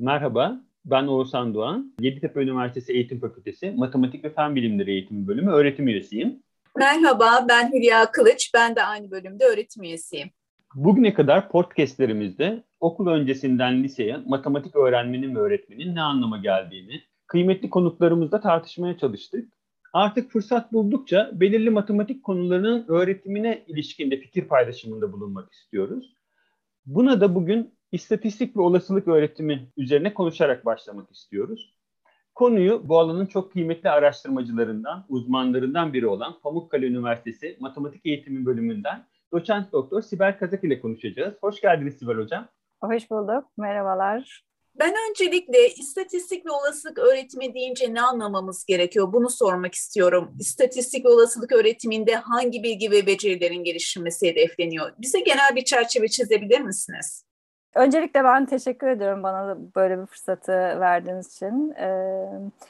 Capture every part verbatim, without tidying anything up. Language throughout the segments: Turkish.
Merhaba, ben Oğuzhan Doğan. Yeditepe Üniversitesi Eğitim Fakültesi Matematik ve Fen Bilimleri Eğitimi Bölümü öğretim üyesiyim. Merhaba, ben Hülya Kılıç. Ben de aynı bölümde öğretim üyesiyim. Bugüne kadar podcastlerimizde okul öncesinden liseye matematik öğrenmenin ve öğretmenin ne anlama geldiğini kıymetli konuklarımızla tartışmaya çalıştık. Artık fırsat buldukça belirli matematik konularının öğretimine ilişkin de fikir paylaşımında bulunmak istiyoruz. Buna da bugün istatistik ve olasılık öğretimi üzerine konuşarak başlamak istiyoruz. Konuyu bu alanın çok kıymetli araştırmacılarından, uzmanlarından biri olan Pamukkale Üniversitesi Matematik Eğitimi Bölümünden Doçent Doktor Sibel Kazak ile konuşacağız. Hoş geldiniz Sibel Hocam. Hoş bulduk, merhabalar. Ben öncelikle istatistik ve olasılık öğretimi deyince ne anlamamız gerekiyor? Bunu sormak istiyorum. İstatistik ve olasılık öğretiminde hangi bilgi ve becerilerin geliştirilmesi hedefleniyor? Bize genel bir çerçeve çizebilir misiniz? Öncelikle ben teşekkür ediyorum bana da böyle bir fırsatı verdiğiniz için. Ee,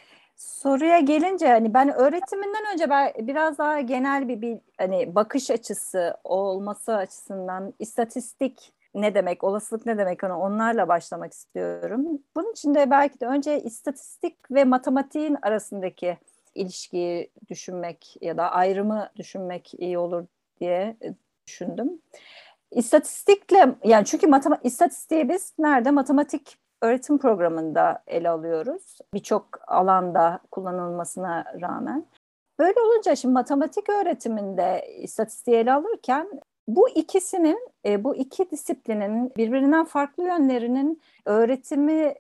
soruya gelince hani ben öğretiminden önce ben biraz daha genel bir, bir hani bakış açısı olması açısından istatistik ne demek, olasılık ne demek hani onlarla başlamak istiyorum. Bunun için de belki de önce istatistik ve matematiğin arasındaki ilişkiyi düşünmek ya da ayrımı düşünmek iyi olur diye düşündüm. İstatistikle yani çünkü matematik istatistiği biz nerede matematik öğretim programında ele alıyoruz. Birçok alanda kullanılmasına rağmen. Böyle olunca şimdi matematik öğretiminde istatistiği ele alırken bu ikisinin, bu iki disiplinin birbirinden farklı yönlerinin öğretimi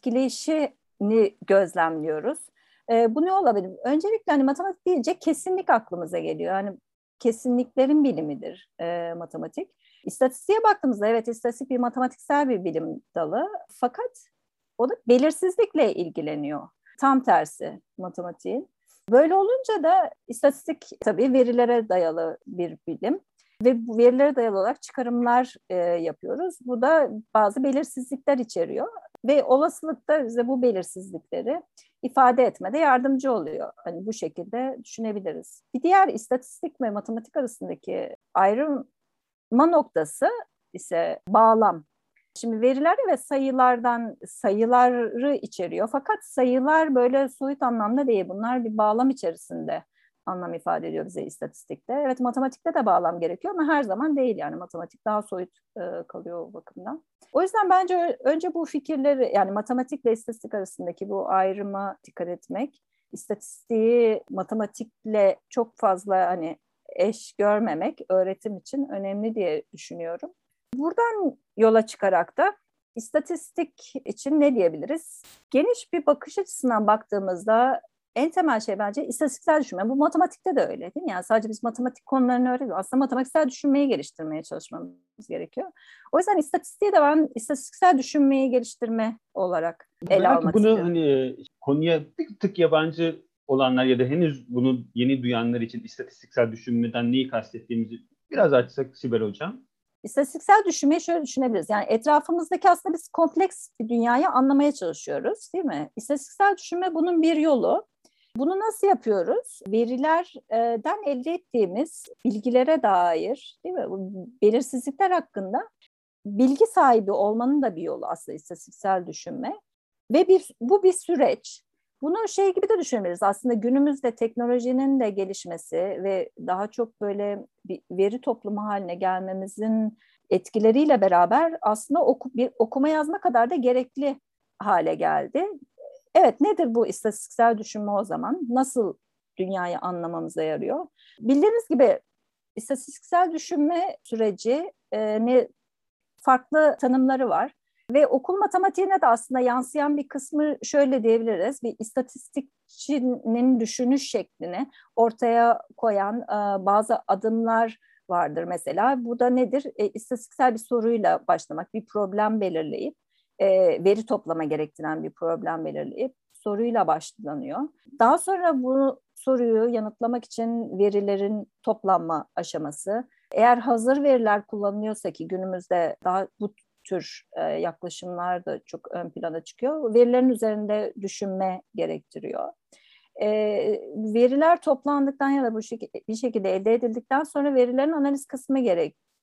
etkileyişini gözlemliyoruz. Bu ne olabilir? Öncelikle hani matematik deyince kesinlik aklımıza geliyor. Hani kesinliklerin bilimidir e, matematik. İstatistiğe baktığımızda evet istatistik bir matematiksel bir bilim dalı fakat o da belirsizlikle ilgileniyor. Tam tersi matematiğin. Böyle olunca da istatistik tabii verilere dayalı bir bilim ve bu verilere dayalı olarak çıkarımlar e, yapıyoruz. Bu da bazı belirsizlikler içeriyor ve olasılıkta bize bu belirsizlikleri ifade etmede yardımcı oluyor. Hani bu şekilde düşünebiliriz. Bir diğer istatistik ve matematik arasındaki ayrım noktası ise bağlam. Şimdi veriler ve sayılardan sayıları içeriyor. Fakat sayılar böyle soyut anlamda değil. Bunlar bir bağlam içerisinde anlam ifade ediyor bize istatistikte. Evet matematikte de bağlam gerekiyor ama her zaman değil yani matematik daha soyut e, kalıyor o bakımdan. O yüzden bence önce bu fikirleri yani matematikle istatistik arasındaki bu ayrıma dikkat etmek, istatistiği matematikle çok fazla hani eş görmemek öğretim için önemli diye düşünüyorum. Buradan yola çıkarak da istatistik için ne diyebiliriz? Geniş bir bakış açısından baktığımızda en temel şey bence istatistiksel düşünme. Bu matematikte de öyle değil mi? Yani sadece biz matematik konularını öğreniyoruz. Aslında matematiksel düşünmeyi geliştirmeye çalışmamız gerekiyor. O yüzden istatistiği de ben istatistiksel düşünmeyi geliştirme olarak ele Belki almak bunu istiyorum. hani konuya bir tık yabancı olanlar ya da henüz bunu yeni duyanlar için istatistiksel düşünmeden neyi kastettiğimizi biraz açsak Sibel Hocam. İstatistiksel düşünmeyi şöyle düşünebiliriz. Yani etrafımızdaki aslında biz kompleks bir dünyayı anlamaya çalışıyoruz, değil mi? İstatistiksel düşünme bunun bir yolu. Bunu nasıl yapıyoruz? Verilerden elde ettiğimiz bilgilere dair, değil mi? Bu belirsizlikler hakkında bilgi sahibi olmanın da bir yolu aslında istatistiksel düşünme. Ve bir, bu bir süreç. Bunu şey gibi de düşünebiliriz. Aslında günümüzde teknolojinin de gelişmesi ve daha çok böyle bir veri toplumu haline gelmemizin etkileriyle beraber aslında oku, bir okuma yazma kadar da gerekli hale geldi. Evet, nedir bu istatistiksel düşünme o zaman? Nasıl dünyayı anlamamıza yarıyor? Bildiğiniz gibi istatistiksel düşünme süreci e, ne farklı tanımları var. Ve okul matematiğine de aslında yansıyan bir kısmı şöyle diyebiliriz. Bir istatistikçinin düşünüş şeklini ortaya koyan e, bazı adımlar vardır mesela. Bu da nedir? E, istatistiksel bir soruyla başlamak, bir problem belirleyip, e, veri toplama gerektiren bir problem belirleyip soruyla başlanıyor. Daha sonra bu soruyu yanıtlamak için verilerin toplanma aşaması. Eğer hazır veriler kullanılıyorsa ki günümüzde daha bu tür e, yaklaşımlar da çok ön plana çıkıyor. Verilerin üzerinde düşünme gerektiriyor. E, veriler toplandıktan ya da bu şekilde, bir şekilde elde edildikten sonra verilerin analiz kısmı gerek,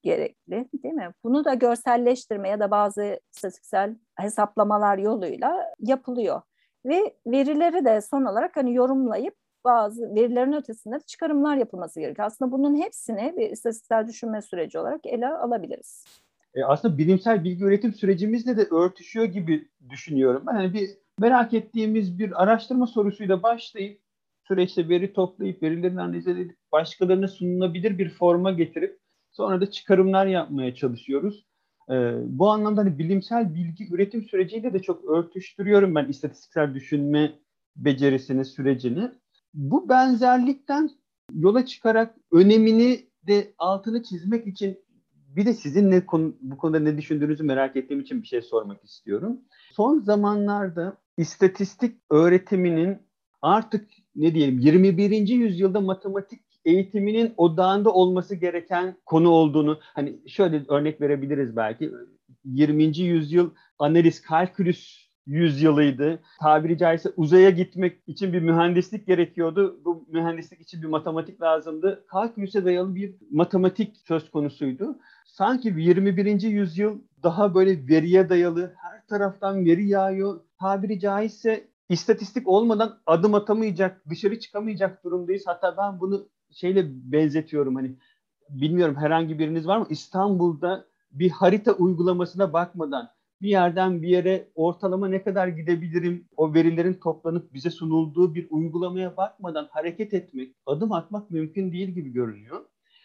gerekli, değil mi? Bunu da görselleştirme ya da bazı istatistiksel hesaplamalar yoluyla yapılıyor. Ve verileri de son olarak hani yorumlayıp bazı verilerin ötesinde de çıkarımlar yapılması gerekiyor. Aslında bunun hepsini bir istatistiksel düşünme süreci olarak ele alabiliriz. E aslında bilimsel bilgi üretim sürecimizle de örtüşüyor gibi düşünüyorum. Ben hani bir merak ettiğimiz bir araştırma sorusuyla başlayıp süreçte veri toplayıp verilerini analiz edip başkalarına sunulabilir bir forma getirip sonra da çıkarımlar yapmaya çalışıyoruz. Ee, bu anlamda hani bilimsel bilgi üretim süreciyle de çok örtüştürüyorum ben istatistiksel düşünme becerisini, sürecini. Bu benzerlikten yola çıkarak önemini de altını çizmek için bir de sizin ne konu, bu konuda ne düşündüğünüzü merak ettiğim için bir şey sormak istiyorum. Son zamanlarda istatistik öğretiminin artık ne diyelim yirmi birinci yüzyılda matematik eğitiminin odağında olması gereken konu olduğunu, hani şöyle örnek verebiliriz belki. yirminci yüzyıl analiz, kalkülüs yüzyılıydı. Tabiri caizse uzaya gitmek için bir mühendislik gerekiyordu. Bu mühendislik için bir matematik lazımdı. Kalkülüse dayalı bir matematik söz konusuydu. Sanki yirmi birinci yüzyıl daha böyle veriye dayalı, her taraftan veri yağıyor. Tabiri caizse istatistik olmadan adım atamayacak, dışarı çıkamayacak durumdayız. Hatta ben bunu şeyle benzetiyorum, hani bilmiyorum herhangi biriniz var mı? İstanbul'da bir harita uygulamasına bakmadan bir yerden bir yere ortalama ne kadar gidebilirim, o verilerin toplanıp bize sunulduğu bir uygulamaya bakmadan hareket etmek, adım atmak mümkün değil gibi görünüyor.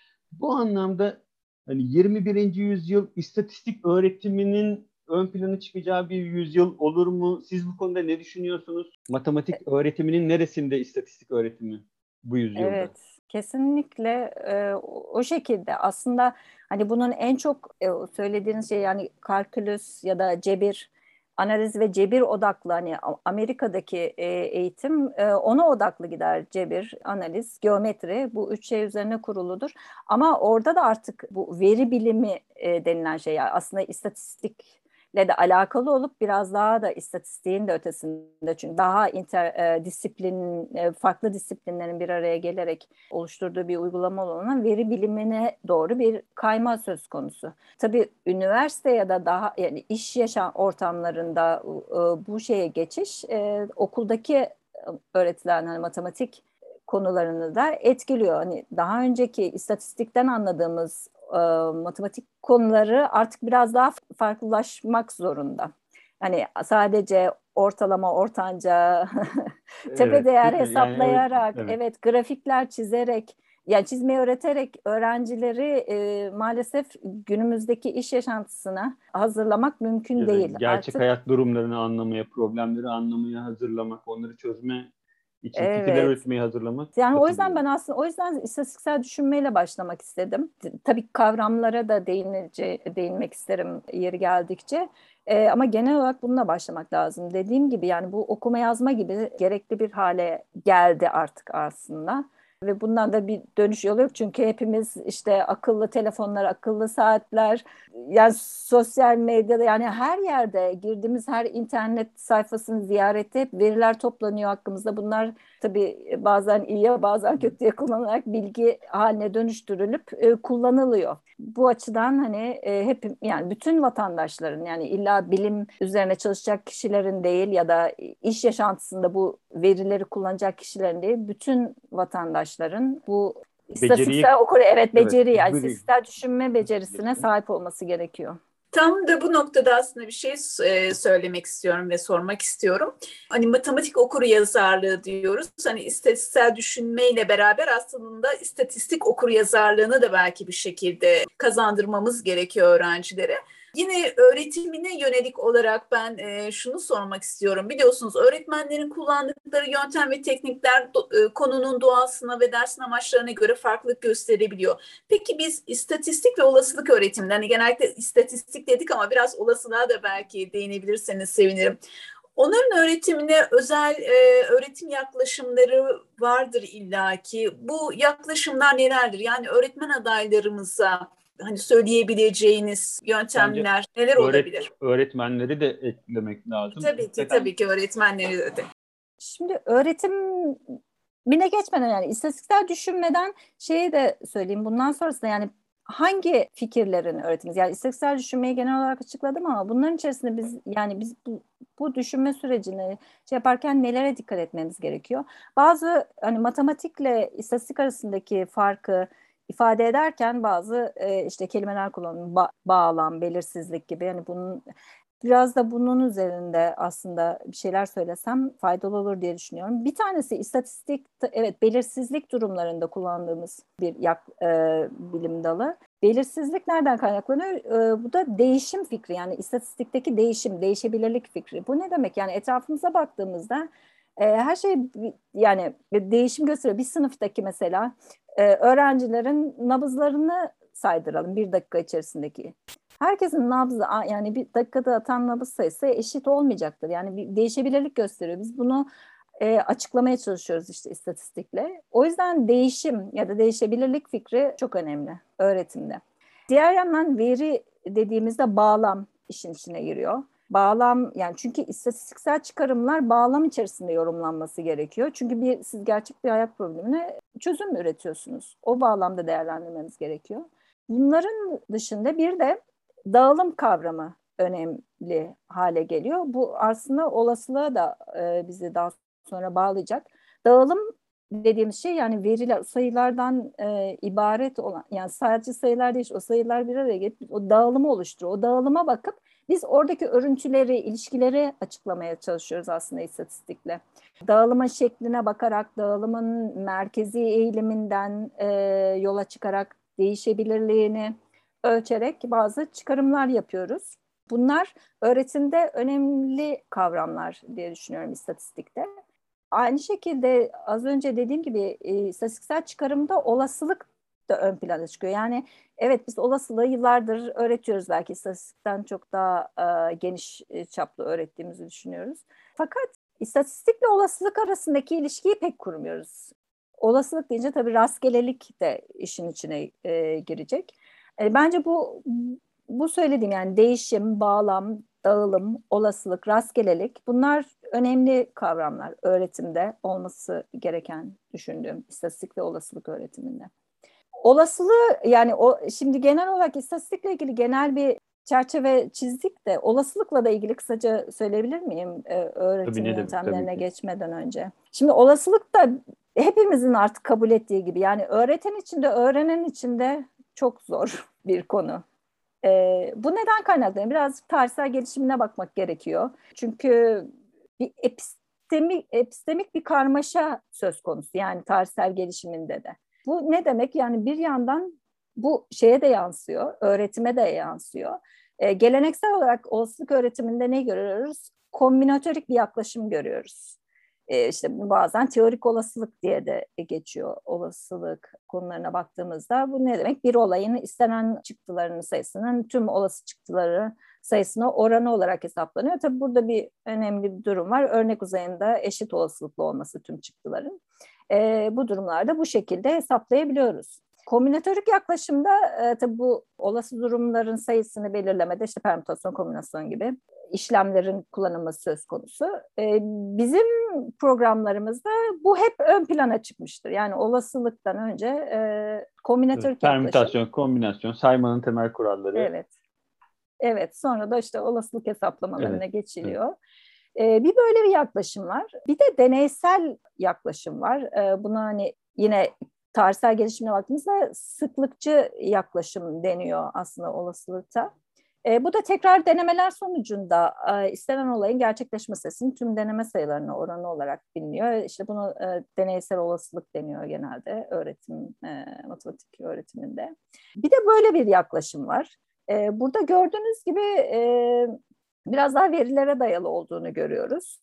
Bu anlamda hani yirmi birinci yüzyıl istatistik öğretiminin ön plana çıkacağı bir yüzyıl olur mu? Siz bu konuda ne düşünüyorsunuz? Matematik öğretiminin neresinde istatistik öğretimi bu yüzyılda? Evet, kesinlikle e, o şekilde. Aslında hani bunun en çok e, söylediğiniz şey yani kalkülüs ya da cebir, analiz ve cebir odaklı hani Amerika'daki e, eğitim e, ona odaklı gider. Cebir, analiz, geometri bu üç şey üzerine kuruludur. Ama orada da artık bu veri bilimi e, denilen şey yani aslında istatistik de alakalı olup biraz daha da istatistiğin de ötesinde çünkü daha inter e, disiplin e, farklı disiplinlerin bir araya gelerek oluşturduğu bir uygulama olan veri bilimine doğru bir kayma söz konusu. Tabii üniversite ya da daha yani iş yaşam ortamlarında e, bu şeye geçiş e, okuldaki öğretilen hani matematik konularını da etkiliyor. Hani daha önceki istatistikten anladığımız e, matematik konuları artık biraz daha farklılaşmak zorunda. Hani sadece ortalama, ortanca, tepe Evet, değer değil mi? Yani evet, hesaplayarak, evet. evet. grafikler çizerek, yani çizmeyi öğreterek öğrencileri e, maalesef günümüzdeki iş yaşantısına hazırlamak mümkün Ya da değil. gerçek Artık hayat durumlarını anlamaya, problemleri anlamaya hazırlamak, onları çözme için fikirler evet. üretmeye hazırlamak, Yani o yüzden katılıyorum. ben aslında o yüzden istatistiksel düşünmeyle başlamak istedim. Tabii kavramlara da değinece, değinmek isterim yeri geldikçe. Ee, ama genel olarak bununla başlamak lazım. Dediğim gibi yani bu okuma yazma gibi gerekli bir hale geldi artık aslında. Ve bundan da bir dönüş yolu yok. Çünkü hepimiz işte akıllı telefonlar, akıllı saatler, yani sosyal medyada yani her yerde girdiğimiz her internet sayfasını ziyarette hep veriler toplanıyor hakkımızda. Bunlar tabii bazen iyiye bazen kötüye kullanılarak bilgi haline dönüştürülüp e, kullanılıyor. Bu açıdan hani e, hep yani bütün vatandaşların yani illa bilim üzerine çalışacak kişilerin değil ya da iş yaşantısında bu verileri kullanacak kişilerin değil bütün vatandaşların bu Beceriyi, istatistiksel okur evet beceri evet, yani biri, istatistiksel düşünme becerisine sahip olması gerekiyor. Tam da bu noktada aslında bir şey e, söylemek istiyorum ve sormak istiyorum. Hani matematik okuryazarlığı diyoruz. Hani istatistiksel düşünmeyle beraber aslında istatistik okuryazarlığını da belki bir şekilde kazandırmamız gerekiyor öğrencilere. Yine öğretimine yönelik olarak ben e, şunu sormak istiyorum. Biliyorsunuz öğretmenlerin kullandıkları yöntem ve teknikler do, e, konunun doğasına ve dersin amaçlarına göre farklılık gösterebiliyor. Peki biz istatistik ve olasılık öğretiminde, hani genellikle istatistik dedik ama biraz olasılığa da belki değinebilirseniz sevinirim. Onların öğretimine özel e, öğretim yaklaşımları vardır illaki. Bu yaklaşımlar nelerdir? Yani öğretmen adaylarımıza hani söyleyebileceğiniz bence yöntemler neler öğret, olabilir? öğretmenleri de eklemek lazım. Tabii ki, Hakikaten tabii ki öğretmenleri de. Şimdi öğretimine geçmeden yani istatistiksel düşünmeden şeyi de söyleyeyim bundan sonrasında yani hangi fikirlerin öğretimiz? Yani istatistiksel düşünmeyi genel olarak açıkladım ama bunların içerisinde biz yani biz bu, bu düşünme sürecini şey yaparken nelere dikkat etmemiz gerekiyor? Bazı hani matematikle istatistik arasındaki farkı ifade ederken bazı e, işte kelimeler kullanılıyor. Ba- bağlam, belirsizlik gibi. Yani bunun biraz da bunun üzerinde aslında bir şeyler söylesem faydalı olur diye düşünüyorum. Bir tanesi istatistik, evet belirsizlik durumlarında kullandığımız bir yak, e, bilim dalı. Belirsizlik nereden kaynaklanıyor? E, bu da değişim fikri, yani istatistikteki değişim, değişebilirlik fikri. Bu ne demek? Yani etrafımıza baktığımızda e, her şey yani değişim gösteriyor. Bir sınıftaki mesela e, öğrencilerin nabızlarını saydıralım bir dakika içerisindeki. Herkesin nabzı yani bir dakikada atan nabız sayısı eşit olmayacaktır. Yani bir değişebilirlik gösteriyor. Biz bunu e, açıklamaya çalışıyoruz işte istatistikle. O yüzden değişim ya da değişebilirlik fikri çok önemli öğretimde. Diğer yandan veri dediğimizde bağlam işin içine giriyor. Bağlam yani çünkü istatistiksel çıkarımlar bağlam içerisinde yorumlanması gerekiyor. Çünkü bir siz gerçek bir hayat problemine çözüm üretiyorsunuz. O bağlamda değerlendirmeniz gerekiyor. Bunların dışında bir de dağılım kavramı önemli hale geliyor. Bu aslında olasılığa da e, bizi daha sonra bağlayacak. Dağılım dediğimiz şey yani veriler, sayılardan e, ibaret olan, yani sadece sayılar değil, o sayılar bir araya gelip o dağılımı oluşturuyor. O dağılıma bakıp biz oradaki örüntüleri, ilişkileri açıklamaya çalışıyoruz aslında istatistikle. Dağılma şekline bakarak, dağılımın merkezi eğiliminden e, yola çıkarak değişebilirliğini ölçerek bazı çıkarımlar yapıyoruz. Bunlar öğretimde önemli kavramlar diye düşünüyorum istatistikte. Aynı şekilde az önce dediğim gibi e, istatistiksel çıkarımda olasılık da ön plana çıkıyor. Yani evet biz olasılığı yıllardır öğretiyoruz, belki istatistikten çok daha e, geniş e, çaplı öğrettiğimizi düşünüyoruz. Fakat istatistikle olasılık arasındaki ilişkiyi pek kurmuyoruz. Olasılık deyince tabii rastgelelik de işin içine e, girecek. E, bence bu bu söylediğim yani değişim, bağlam, dağılım, olasılık, rastgelelik bunlar önemli kavramlar öğretimde olması gereken düşündüğüm istatistik ve olasılık öğretiminde. Olasılığı yani o şimdi genel olarak istatistikle ilgili genel bir çerçeve çizdik de olasılıkla da ilgili kısaca söyleyebilir miyim e, öğretim Tabii, ne demek, tabii yöntemlerine ki. geçmeden önce? Şimdi olasılık da hepimizin artık kabul ettiği gibi yani öğreten içinde, öğrenen içinde çok zor bir konu. Ee, bu neden kaynaklanıyor? Birazcık tarihsel gelişimine bakmak gerekiyor. Çünkü bir epistemik, epistemik bir karmaşa söz konusu yani tarihsel gelişiminde de. Bu ne demek? Yani bir yandan bu şeye de yansıyor, öğretime de yansıyor. Ee, geleneksel olarak olasılık öğretiminde ne görüyoruz? Kombinatorik bir yaklaşım görüyoruz. E, işte bazen teorik olasılık diye de geçiyor olasılık konularına baktığımızda. Bu ne demek? Bir olayın istenen çıktılarının sayısının tüm olası çıktıları sayısına oranı olarak hesaplanıyor. Tabii burada bir önemli bir durum var. Örnek uzayında eşit olasılıklı olması tüm çıktıların. E, bu durumlarda bu şekilde hesaplayabiliyoruz. Kombinatorik yaklaşımda e, tabii bu olası durumların sayısını belirlemede işte permütasyon, kombinasyon gibi işlemlerin kullanılması söz konusu. E, bizim programlarımızda bu hep ön plana çıkmıştır. Yani olasılıktan önce e, kombinatorik Evet, yaklaşım. permütasyon, kombinasyon, saymanın temel kuralları. Evet. Evet, sonra da işte olasılık hesaplamalarına Evet, evet. geçiliyor. Ee, bir böyle bir yaklaşım var. Bir de deneysel yaklaşım var. Ee, buna hani yine tarihsel gelişimine baktığımızda sıklıkçı yaklaşım deniyor aslında olasılıkta. Ee, bu da tekrar denemeler sonucunda e, istenen olayın gerçekleşme sayısının tüm deneme sayılarına oranı olarak biliniyor. İşte bunu e, deneysel olasılık deniyor genelde öğretim, e, matematik öğretiminde. Bir de böyle bir yaklaşım var. E, burada gördüğünüz gibi e, biraz daha verilere dayalı olduğunu görüyoruz.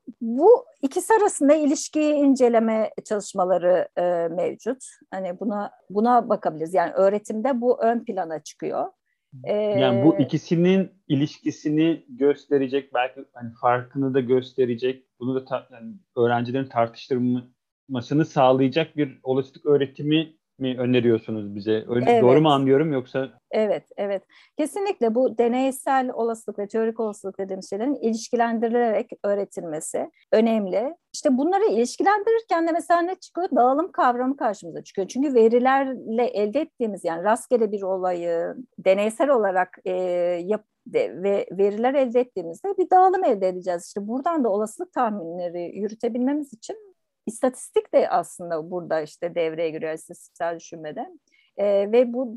Bu ikisi arasında ilişkiyi inceleme çalışmaları e, mevcut. Hani buna buna bakabiliriz. Yani öğretimde bu ön plana çıkıyor. E, Yani bu ikisinin ilişkisini gösterecek, belki hani farkını da gösterecek, bunu da ta- yani öğrencilerin tartıştırmasını sağlayacak bir olasılık öğretimi mi öneriyorsunuz bize? Öyle, Evet. doğru mu anlıyorum yoksa? Evet, evet. Kesinlikle bu deneysel olasılık ve teorik olasılık dediğimiz şeylerin ilişkilendirilerek öğretilmesi önemli. İşte bunları ilişkilendirirken de mesela ne çıkıyor? Dağılım kavramı karşımıza çıkıyor. Çünkü verilerle elde ettiğimiz, yani rastgele bir olayı deneysel olarak e, yap de, ve veriler elde ettiğimizde bir dağılım elde edeceğiz. İşte buradan da olasılık tahminleri yürütebilmemiz için istatistik de aslında burada işte devreye giriyor, istatistiksel düşünmede. E, ve bu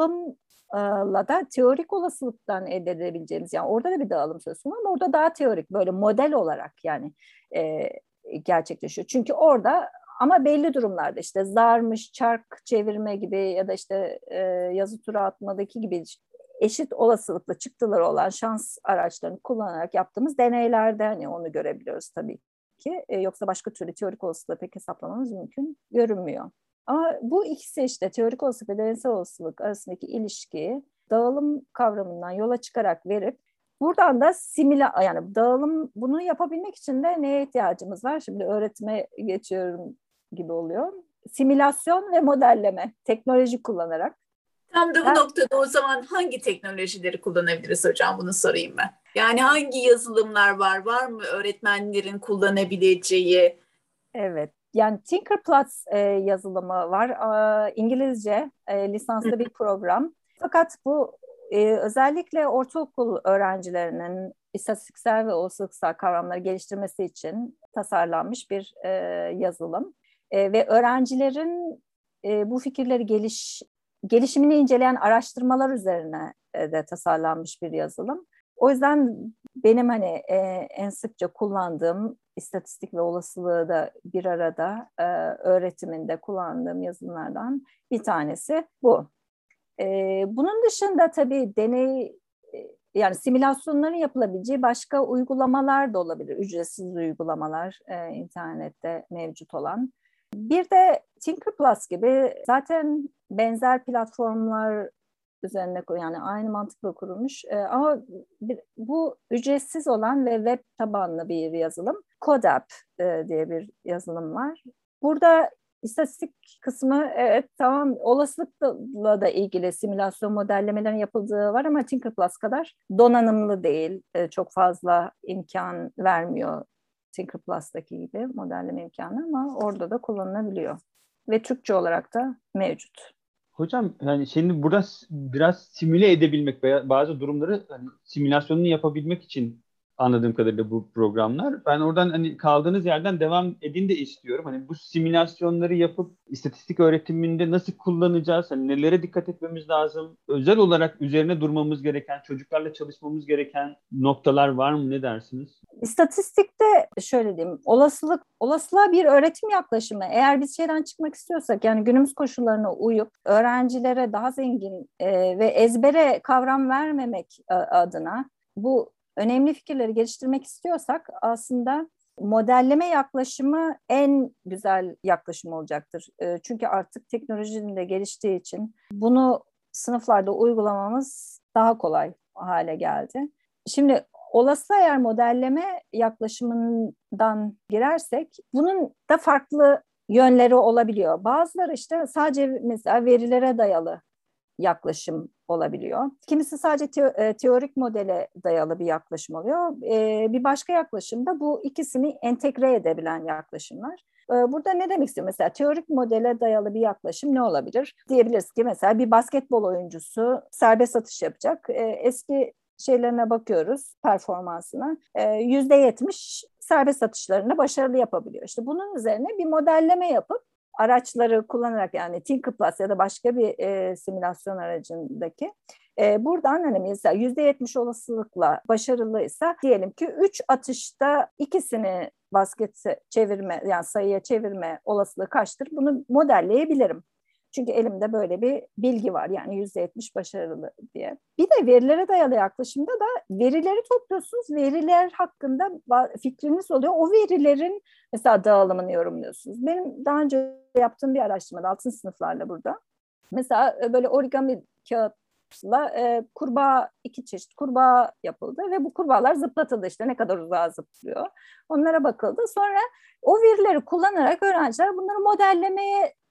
dağılımla da teorik olasılıktan elde edebileceğimiz, yani orada da bir dağılım söz konusu ama orada daha teorik, böyle model olarak yani e, gerçekleşiyor. Çünkü orada ama belli durumlarda işte zarmış, çark çevirme gibi ya da işte e, yazı tura atmadaki gibi eşit olasılıkla çıktıları olan şans araçlarını kullanarak yaptığımız deneylerde hani onu görebiliyoruz tabii ki. E, yoksa başka türlü teorik olasılığı pek hesaplamamız mümkün görünmüyor. Ama bu ikisi işte teorik olasılık ve deneysel olasılık arasındaki ilişkiyi dağılım kavramından yola çıkarak verip buradan da simüla, yani dağılım, bunu yapabilmek için de neye ihtiyacımız var? Şimdi öğretime geçiyorum gibi oluyor. Simülasyon ve modelleme, teknoloji kullanarak. Tam da bu Ben, noktada o zaman hangi teknolojileri kullanabiliriz hocam, bunu sorayım ben. Yani hangi yazılımlar var? Var mı öğretmenlerin kullanabileceği? evet. Yani Tinkerplot e, yazılımı var. E, İngilizce e, lisanslı bir program. Fakat bu e, özellikle ortaokul öğrencilerinin istatistiksel ve olasılıksal kavramları geliştirmesi için tasarlanmış bir e, yazılım. E, ve öğrencilerin e, bu fikirleri geliş gelişimini inceleyen araştırmalar üzerine e, de tasarlanmış bir yazılım. O yüzden benim hani e, en sıkça kullandığım, istatistik ve olasılığı da bir arada e, öğretiminde kullandığım yazılımlardan bir tanesi bu. E, bunun dışında tabii deney, e, yani simülasyonların yapılabileceği başka uygulamalar da olabilir. Ücretsiz uygulamalar e, internette mevcut olan. Bir de Tinkerplus gibi zaten benzer platformlar üzerine, yani aynı mantıkla kurulmuş e, ama bir, bu ücretsiz olan ve web tabanlı bir yazılım. Codap e, diye bir yazılım var. Burada istatistik kısmı, evet tamam, olasılıkla da ilgili simülasyon modellemelerin yapıldığı var ama Tinkerplus kadar donanımlı değil. E, çok fazla imkan vermiyor Tinkerplus'taki gibi modelleme imkanı ama orada da kullanılabiliyor. Ve Türkçe olarak da mevcut. Hocam yani şimdi burada s- biraz simüle edebilmek veya bazı durumları hani simülasyonunu yapabilmek için anladığım kadarıyla bu programlar. Ben oradan hani kaldığınız yerden devam edin de istiyorum. Hani bu simülasyonları yapıp istatistik öğretiminde nasıl kullanacağız? Hani nelere dikkat etmemiz lazım? Özel olarak üzerine durmamız gereken, çocuklarla çalışmamız gereken noktalar var mı? Ne dersiniz? İstatistikte şöyle diyeyim, olasılık, olasılığa bir öğretim yaklaşımı. Eğer biz şeyden çıkmak istiyorsak, yani günümüz koşullarına uyup öğrencilere daha zengin e, ve ezbere kavram vermemek e, adına bu önemli fikirleri geliştirmek istiyorsak aslında modelleme yaklaşımı en güzel yaklaşım olacaktır. E, çünkü artık teknolojinin de geliştiği için bunu sınıflarda uygulamamız daha kolay hale geldi. Şimdi olası eğer modelleme yaklaşımından girersek bunun da farklı yönleri olabiliyor. Bazıları işte sadece mesela verilere dayalı yaklaşım olabiliyor. Kimisi sadece te- teorik modele dayalı bir yaklaşım oluyor. Ee, bir başka yaklaşım da bu ikisini entegre edebilen yaklaşımlar. Ee, burada ne demek istiyorum? Mesela teorik modele dayalı bir yaklaşım ne olabilir? Diyebiliriz ki mesela bir basketbol oyuncusu serbest atış yapacak. Ee, eski şeylerine bakıyoruz, performansına. yüzde yetmiş serbest atışlarını başarılı yapabiliyor. İşte bunun üzerine bir modelleme yapıp araçları kullanarak, yani Tinkerplus ya da başka bir e, simülasyon aracındaki e, buradan hani mesela yüzde yetmiş olasılıkla başarılıysa diyelim ki üç atışta ikisini basket çevirme, yani sayıya çevirme olasılığı kaçtır? Bunu modelleyebilirim. Çünkü elimde böyle bir bilgi var, yani yüzde yetmiş başarılı diye. Bir de verilere dayalı yaklaşımda da verileri topluyorsunuz. Veriler hakkında fikriniz oluyor. O verilerin mesela dağılımını yorumluyorsunuz. Benim daha önce yaptığım bir araştırmada altıncı sınıflarla burada. Mesela böyle origami kağıtla e, kurbağa, iki çeşit kurbağa yapıldı ve bu kurbağalar zıplatıldı, işte ne kadar uzağa zıplıyor. Onlara bakıldı. Sonra o verileri kullanarak öğrenciler bunları modellemeye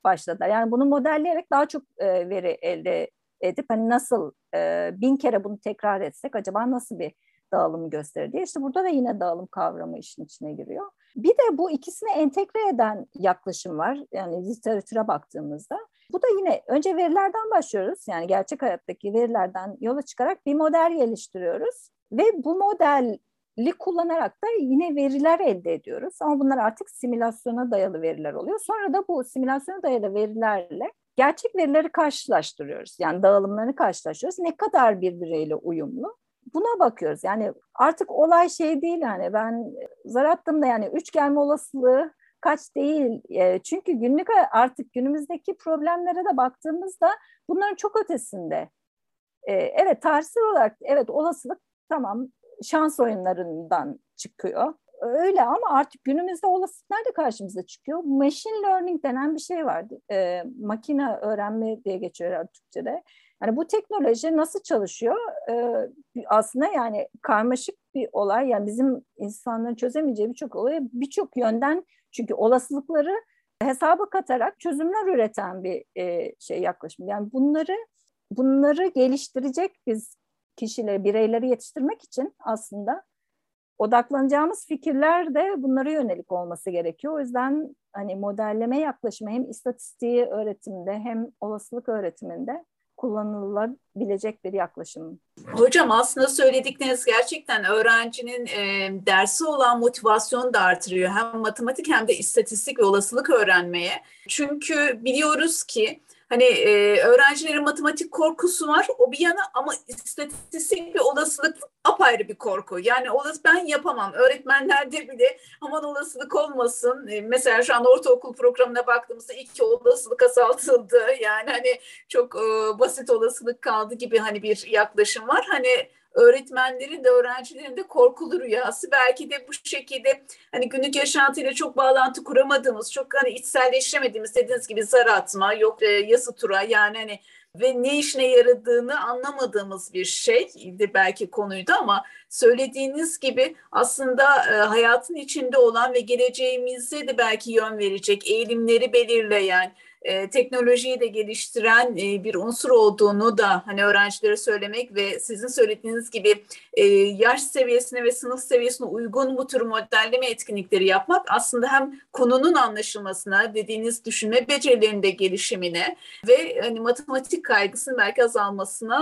başladılar. Yani bunu modelleyerek daha çok e, veri elde edip hani nasıl e, bin kere bunu tekrar etsek acaba nasıl bir dağılım gösterir diye. İşte burada da yine dağılım kavramı işin içine giriyor. Bir de bu ikisini entegre eden yaklaşım var. Yani literatüre baktığımızda. Bu da yine önce verilerden başlıyoruz. Yani gerçek hayattaki verilerden yola çıkarak bir model geliştiriyoruz. Ve bu modeli kullanarak da yine veriler elde ediyoruz. Ama bunlar artık simülasyona dayalı veriler oluyor. Sonra da bu simülasyona dayalı verilerle gerçek verileri karşılaştırıyoruz. Yani dağılımlarını karşılaştırıyoruz. Ne kadar birbiriyle uyumlu? Buna bakıyoruz. Yani artık olay şey değil, hani ben zar attığımda yani üç gelme olasılığı kaç değil. E, çünkü günlük artık günümüzdeki problemlere de baktığımızda bunların çok ötesinde. E, evet, tarihsel olarak evet olasılık tamam şans oyunlarından çıkıyor. Öyle ama artık günümüzde olasılıklar da karşımıza çıkıyor. Machine learning denen bir şey vardı. E, makine öğrenme diye geçiyor Türkçe'de. Yani bu teknoloji nasıl çalışıyor? E, aslında yani karmaşık bir olay. Yani bizim insanların çözemeyeceği birçok olayı birçok yönden, çünkü olasılıkları hesaba katarak çözümler üreten bir e, şey yaklaşım. Yani bunları bunları geliştirecek biz kişileri, bireyleri yetiştirmek için aslında odaklanacağımız fikirler de bunlara yönelik olması gerekiyor. O yüzden hani modelleme yaklaşımı hem istatistiği öğretimde hem olasılık öğretiminde kullanılabilecek bir yaklaşım. Hocam aslında söyledikleriniz gerçekten öğrencinin e, dersi olan motivasyonu da artırıyor. Hem matematik hem de istatistik ve olasılık öğrenmeye. Çünkü biliyoruz ki hani e, öğrencilerin matematik korkusu var o bir yana, ama istatistik ve olasılık apayrı bir korku. Yani olas ben yapamam. Öğretmenlerde bile aman olasılık olmasın. E, mesela şu an ortaokul programına baktığımızda iki olasılık azaltıldı. Yani hani çok e, basit olasılık kaldı gibi hani bir yaklaşım var. Hani öğretmenlerin de öğrencilerin de korkulu rüyası. Belki de bu şekilde hani günlük yaşantıyla çok bağlantı kuramadığımız, çok hani içselleştiremediğimiz, dediğiniz gibi zar atma, yok e, yazı tura, yani hani ve ne işine yaradığını anlamadığımız bir şeydi belki konuydu, ama söylediğiniz gibi aslında e, hayatın içinde olan ve geleceğimize de belki yön verecek, eğilimleri belirleyen, e, teknolojiyi de geliştiren e, bir unsur olduğunu da hani öğrencilere söylemek ve sizin söylediğiniz gibi e, yaş seviyesine ve sınıf seviyesine uygun bu tür modelleme etkinlikleri yapmak aslında hem konunun anlaşılmasına, dediğiniz düşünme becerilerinin de gelişimine ve hani matematik kaygısının belki azalmasına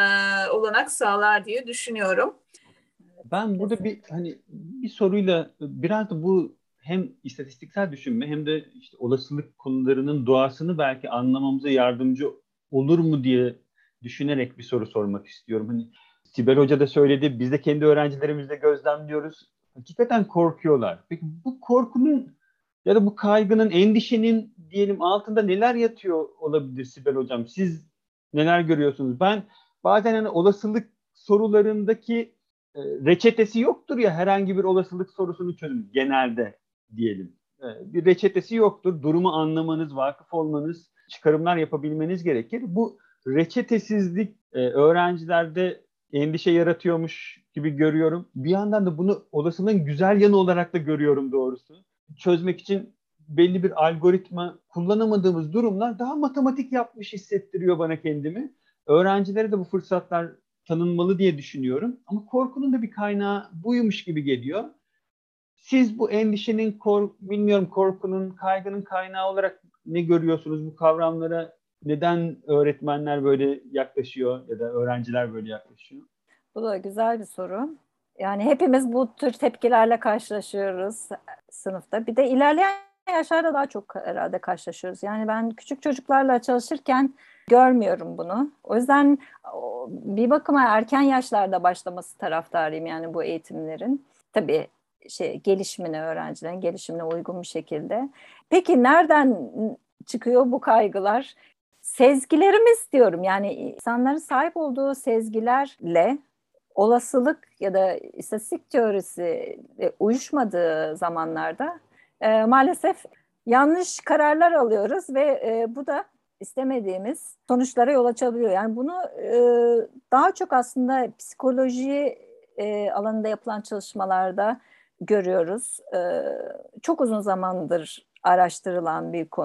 e, olanak sağlar diye düşünüyorum. Ben burada bir hani bir soruyla biraz da bu hem istatistiksel düşünme hem de işte olasılık konularının doğasını belki anlamamıza yardımcı olur mu diye düşünerek bir soru sormak istiyorum. Hani Sibel Hoca da söyledi, biz de kendi öğrencilerimizle gözlemliyoruz. Hakikaten korkuyorlar. Peki bu korkunun ya da bu kaygının, endişenin diyelim altında neler yatıyor olabilir Sibel Hocam? Siz neler görüyorsunuz? Ben bazen hani olasılık sorularındaki e, reçetesi yoktur ya, herhangi bir olasılık sorusunu çözün genelde diyelim. E, bir reçetesi yoktur. Durumu anlamanız, vakıf olmanız, çıkarımlar yapabilmeniz gerekir. Bu reçetesizlik e, öğrencilerde endişe yaratıyormuş gibi görüyorum. Bir yandan da bunu olasılığın güzel yanı olarak da görüyorum doğrusu. Çözmek için belli bir algoritma kullanamadığımız durumlar daha matematik yapmış hissettiriyor bana kendimi. Öğrencilere de bu fırsatlar tanınmalı diye düşünüyorum. Ama korkunun da bir kaynağı buymuş gibi geliyor. Siz bu endişenin, kor, bilmiyorum korkunun, kaygının kaynağı olarak ne görüyorsunuz bu kavramlara? Neden öğretmenler böyle yaklaşıyor ya da öğrenciler böyle yaklaşıyor? Bu da güzel bir soru. Yani hepimiz bu tür tepkilerle karşılaşıyoruz sınıfta. Bir de ilerleyen yaşlarda daha çok herhalde karşılaşıyoruz. Yani ben küçük çocuklarla çalışırken görmüyorum bunu. O yüzden bir bakıma erken yaşlarda başlaması taraftarıyım yani bu eğitimlerin. Tabii şey gelişimine, öğrencilerin gelişimine uygun bir şekilde. Peki nereden çıkıyor bu kaygılar? Sezgilerimiz diyorum, yani insanların sahip olduğu sezgilerle olasılık ya da istatistik teorisi uyuşmadığı zamanlarda e, maalesef yanlış kararlar alıyoruz ve e, bu da istemediğimiz sonuçlara yol açabiliyor. Yani bunu e, daha çok aslında psikoloji e, alanında yapılan çalışmalarda görüyoruz. E, çok uzun zamandır araştırılan bir konu.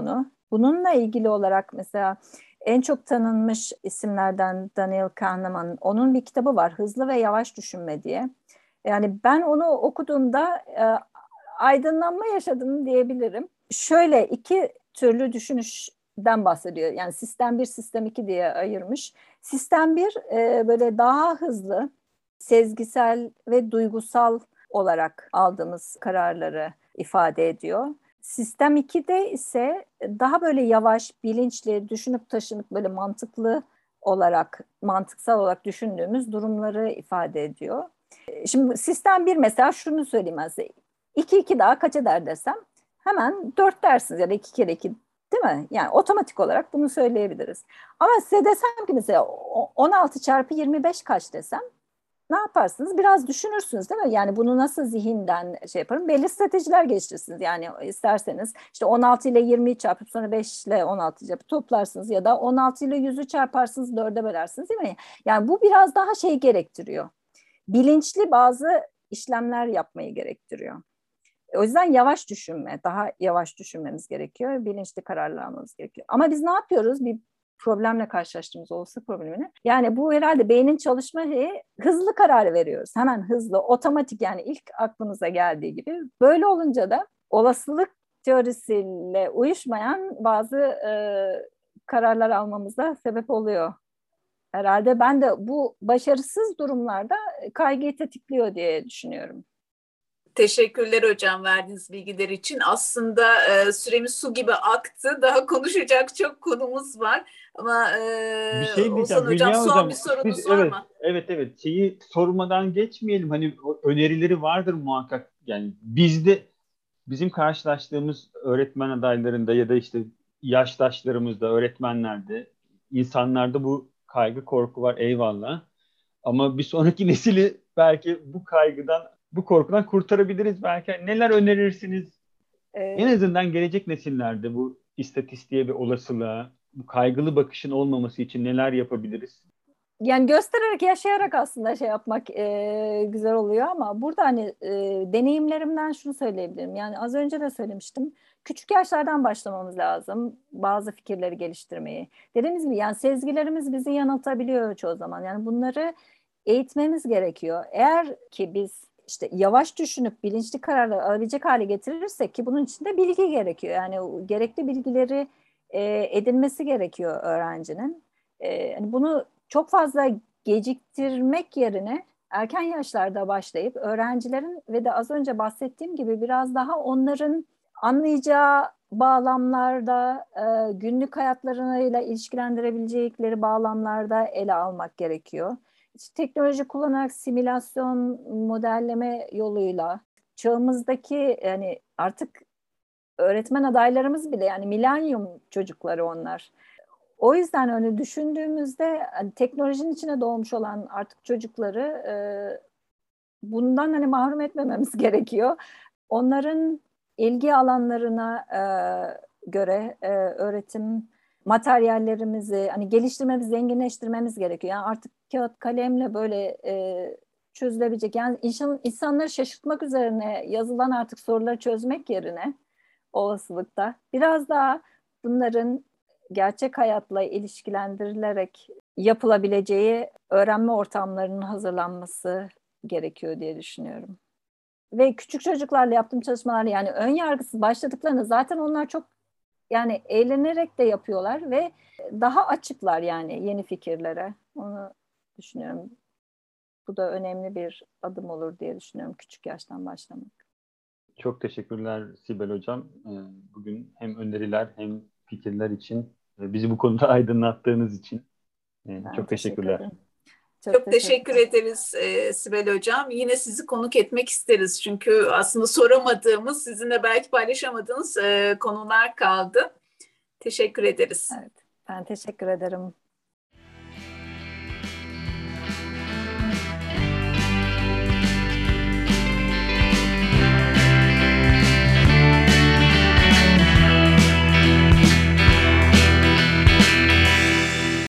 Bununla ilgili olarak mesela en çok tanınmış isimlerden Daniel Kahneman, onun bir kitabı var, Hızlı ve Yavaş Düşünme diye. Yani ben onu okuduğumda e, aydınlanma yaşadım diyebilirim. Şöyle iki türlü düşünüşten bahsediyor. Yani sistem bir, sistem iki diye ayırmış. Sistem bir e, böyle daha hızlı, sezgisel ve duygusal olarak aldığımız kararları ifade ediyor. Sistem ikide ise daha böyle yavaş, bilinçli, düşünüp taşınıp böyle mantıklı olarak, mantıksal olarak düşündüğümüz durumları ifade ediyor. Şimdi sistem bir mesela şunu söyleyeyim ben size. iki iki daha kaç eder desem hemen dört dersiniz ya da iki kere iki, değil mi? Yani otomatik olarak bunu söyleyebiliriz. Ama size desem ki mesela on altı çarpı yirmi beş kaç desem ne yaparsınız? Biraz düşünürsünüz, değil mi? Yani bunu nasıl zihinden şey yaparım? Belli stratejiler geliştirirsiniz. Yani isterseniz işte on altı ile yirmiyi çarpıp sonra beş ile on altı yapıp toplarsınız ya da on altı ile yüzü çarparsınız, dörde bölersiniz, değil mi? Yani bu biraz daha şey gerektiriyor. Bilinçli bazı işlemler yapmayı gerektiriyor. O yüzden yavaş düşünme, daha yavaş düşünmemiz gerekiyor. Bilinçli kararlar almamız gerekiyor. Ama biz ne yapıyoruz? Bir problemle karşılaştığımız olsa problemini. Yani bu herhalde beynin çalışma şeyi, hızlı karar veriyoruz. Hemen hızlı, otomatik, yani ilk aklımıza geldiği gibi. Böyle olunca da olasılık teorisiyle uyuşmayan bazı e, kararlar almamıza sebep oluyor. Herhalde ben de bu başarısız durumlarda kaygıyı tetikliyor diye düşünüyorum. Teşekkürler hocam verdiğiniz bilgiler için. Aslında e, süremiz su gibi aktı. Daha konuşacak çok konumuz var. Ama Bir e, şey diyeceğim Oğuzhan hocam, Hülya son hocam. bir Biz sorunuz var evet mı? evet evet şeyi sormadan geçmeyelim. Hani o önerileri vardır muhakkak. Yani bizde bizim karşılaştığımız öğretmen adaylarında ya da işte yaştaşlarımızda, öğretmenlerde, insanlarda bu kaygı, korku var, eyvallah. Ama bir sonraki nesili belki bu kaygıdan, bu korkudan kurtarabiliriz belki. Neler önerirsiniz? En Ee, azından gelecek nesillerde bu istatistiğe ve olasılığa, bu kaygılı bakışın olmaması için neler yapabiliriz? Yani göstererek, yaşayarak aslında şey yapmak e, güzel oluyor ama burada hani e, deneyimlerimden şunu söyleyebilirim. Yani az önce de söylemiştim. Küçük yaşlardan başlamamız lazım bazı fikirleri geliştirmeyi. Dediğimiz gibi yani sezgilerimiz bizi yanıltabiliyor çoğu zaman. Yani bunları eğitmemiz gerekiyor. Eğer ki biz işte yavaş düşünüp bilinçli kararlar alabilecek hale getirirsek, ki bunun için de bilgi gerekiyor. Yani o gerekli bilgileri e, edinmesi gerekiyor öğrencinin. E, hani bunu çok fazla geciktirmek yerine erken yaşlarda başlayıp öğrencilerin ve de az önce bahsettiğim gibi biraz daha onların anlayacağı bağlamlarda, e, günlük hayatlarıyla ilişkilendirebilecekleri bağlamlarda ele almak gerekiyor. İşte teknoloji kullanarak simülasyon, modelleme yoluyla çağımızdaki, yani artık öğretmen adaylarımız bile yani milenyum çocukları onlar. O yüzden öyle düşündüğümüzde hani teknolojinin içine doğmuş olan artık çocukları e, bundan hani mahrum etmememiz gerekiyor. Onların ilgi alanlarına e, göre e, öğretim materyallerimizi hani geliştirmemiz, zenginleştirmemiz gerekiyor. Yani artık kağıt kalemle böyle e, çözülebilecek. Yani insan, insanları şaşırtmak üzerine yazılan artık soruları çözmek yerine olasılıkta biraz daha bunların gerçek hayatla ilişkilendirilerek yapılabileceği öğrenme ortamlarının hazırlanması gerekiyor diye düşünüyorum. Ve küçük çocuklarla yaptığım çalışmalar, yani ön yargısız başladıklarında zaten onlar çok yani eğlenerek de yapıyorlar ve daha açıklar yani yeni fikirlere. Onu düşünüyorum. Bu da önemli bir adım olur diye düşünüyorum, küçük yaştan başlamak. Çok teşekkürler Sibel Hocam. Ee, Bugün hem öneriler hem fikirler için, e, bizi bu konuda aydınlattığınız için e, Ben çok teşekkür teşekkürler. ederim. Çok Çok teşekkür teşekkürler. ederiz e, Sibel Hocam. Yine sizi konuk etmek isteriz. Çünkü aslında soramadığımız, sizinle belki paylaşamadığınız e, konular kaldı. Teşekkür ederiz. Evet, ben teşekkür ederim.